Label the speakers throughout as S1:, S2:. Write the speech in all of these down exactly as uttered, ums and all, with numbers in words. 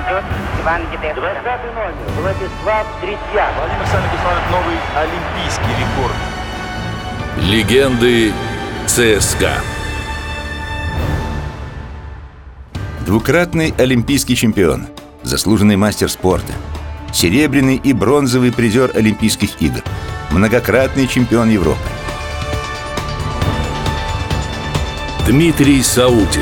S1: идет Иван Дедевко.
S2: двадцатый номер. Владислав Третьяк.
S3: Владимир Саныч установит новый олимпийский рекорд.
S4: Легенды ЦСКА.
S5: Двукратный олимпийский чемпион, заслуженный мастер спорта, серебряный и бронзовый призер Олимпийских игр, многократный чемпион Европы.
S4: Дмитрий Саутин.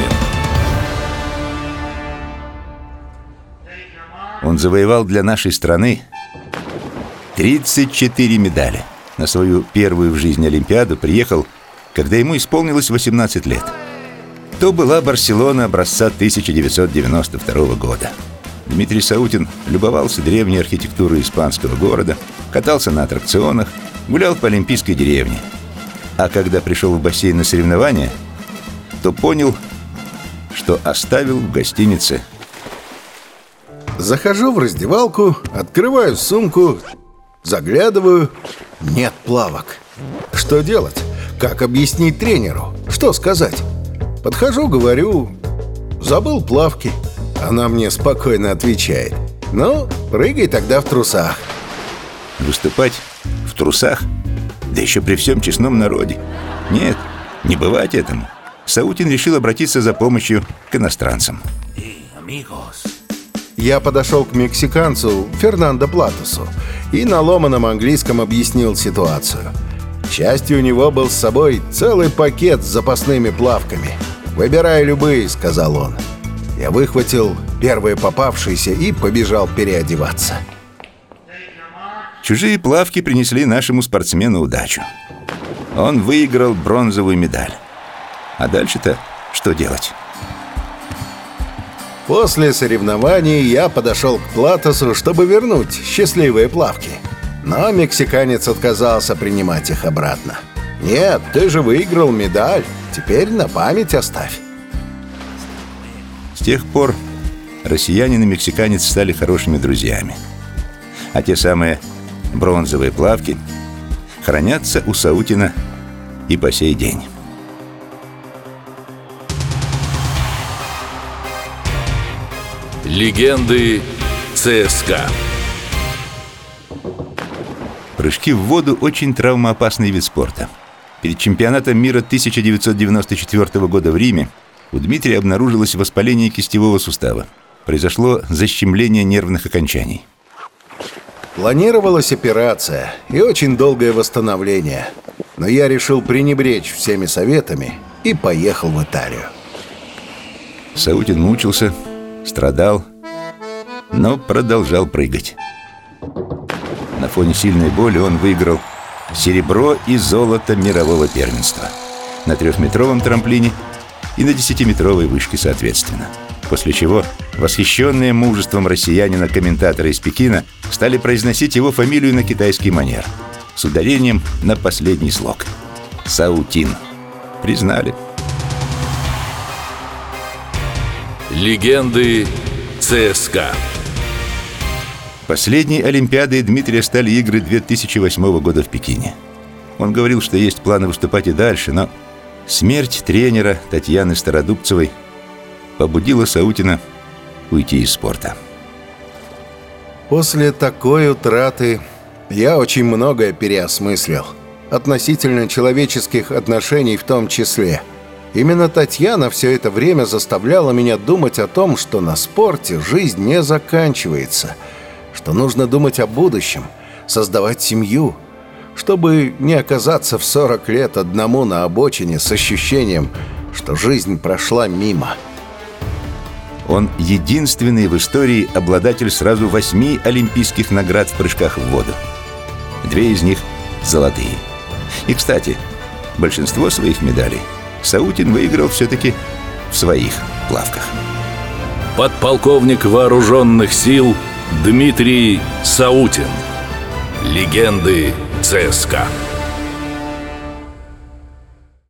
S5: Он завоевал для нашей страны тридцать четыре медали. На свою первую в жизни Олимпиаду приехал, когда ему исполнилось восемнадцать лет. То была Барселона образца тысяча девятьсот девяносто второго года. Дмитрий Саутин любовался древней архитектурой испанского города, катался на аттракционах, гулял по Олимпийской деревне. А когда пришел в бассейн на соревнования, то понял, что оставил в гостинице.
S6: Захожу в раздевалку, открываю сумку, заглядываю. Нет плавок. Что делать? Как объяснить тренеру? Что сказать? Подхожу, говорю: забыл плавки. Она мне спокойно отвечает: ну, прыгай тогда в трусах.
S5: Выступать в трусах? Да еще при всем честном народе. Нет, не бывать этому. Саутин решил обратиться за помощью к иностранцам.
S6: Я подошел к мексиканцу Фернандо Платосу и на ломаном английском объяснил ситуацию. К счастью, у него был с собой целый пакет с запасными плавками. «Выбирай любые», — сказал он. Я выхватил первые попавшиеся и побежал переодеваться.
S5: Чужие плавки принесли нашему спортсмену удачу. Он выиграл бронзовую медаль. А дальше-то что делать?
S6: После соревнований я подошел к Платосу, чтобы вернуть счастливые плавки. Но мексиканец отказался принимать их обратно. «Нет, ты же выиграл медаль. Теперь на память оставь».
S5: С тех пор россиянин и мексиканец стали хорошими друзьями. А те самые бронзовые плавки хранятся у Саутина и по сей день.
S4: Легенды ЦСКА.
S5: Прыжки в воду – очень травмоопасный вид спорта. Перед чемпионатом мира тысяча девятьсот девяносто четвёртого года в Риме у Дмитрия обнаружилось воспаление кистевого сустава. Произошло защемление нервных окончаний.
S6: Планировалась операция и очень долгое восстановление. Но я решил пренебречь всеми советами и поехал в Италию.
S5: Саутин мучился, страдал, но продолжал прыгать. На фоне сильной боли он выиграл серебро и золото мирового первенства на трехметровом трамплине и на десятиметровой вышке соответственно. После чего восхищенные мужеством россиянина комментаторы из Пекина стали произносить его фамилию на китайский манер с ударением на последний слог. Саутин. Признали.
S4: Легенды ЦСКА.
S5: Последней Олимпиадой Дмитрия стали игры две тысячи восьмого года в Пекине. Он говорил, что есть планы выступать и дальше, но смерть тренера Татьяны Стародубцевой побудила Саутина уйти из спорта.
S6: После такой утраты я очень многое переосмыслил. Относительно человеческих отношений в том числе. Именно Татьяна все это время заставляла меня думать о том, что на спорте жизнь не заканчивается, что нужно думать о будущем, создавать семью, чтобы не оказаться в сорок лет одному на обочине с ощущением, что жизнь прошла мимо.
S5: Он единственный в истории обладатель сразу восьми олимпийских наград в прыжках в воду. Две из них золотые. И, кстати, большинство своих медалей Саутин выиграл все-таки в своих плавках.
S4: Подполковник вооруженных сил Дмитрий Саутин. Легенды ЦСКА.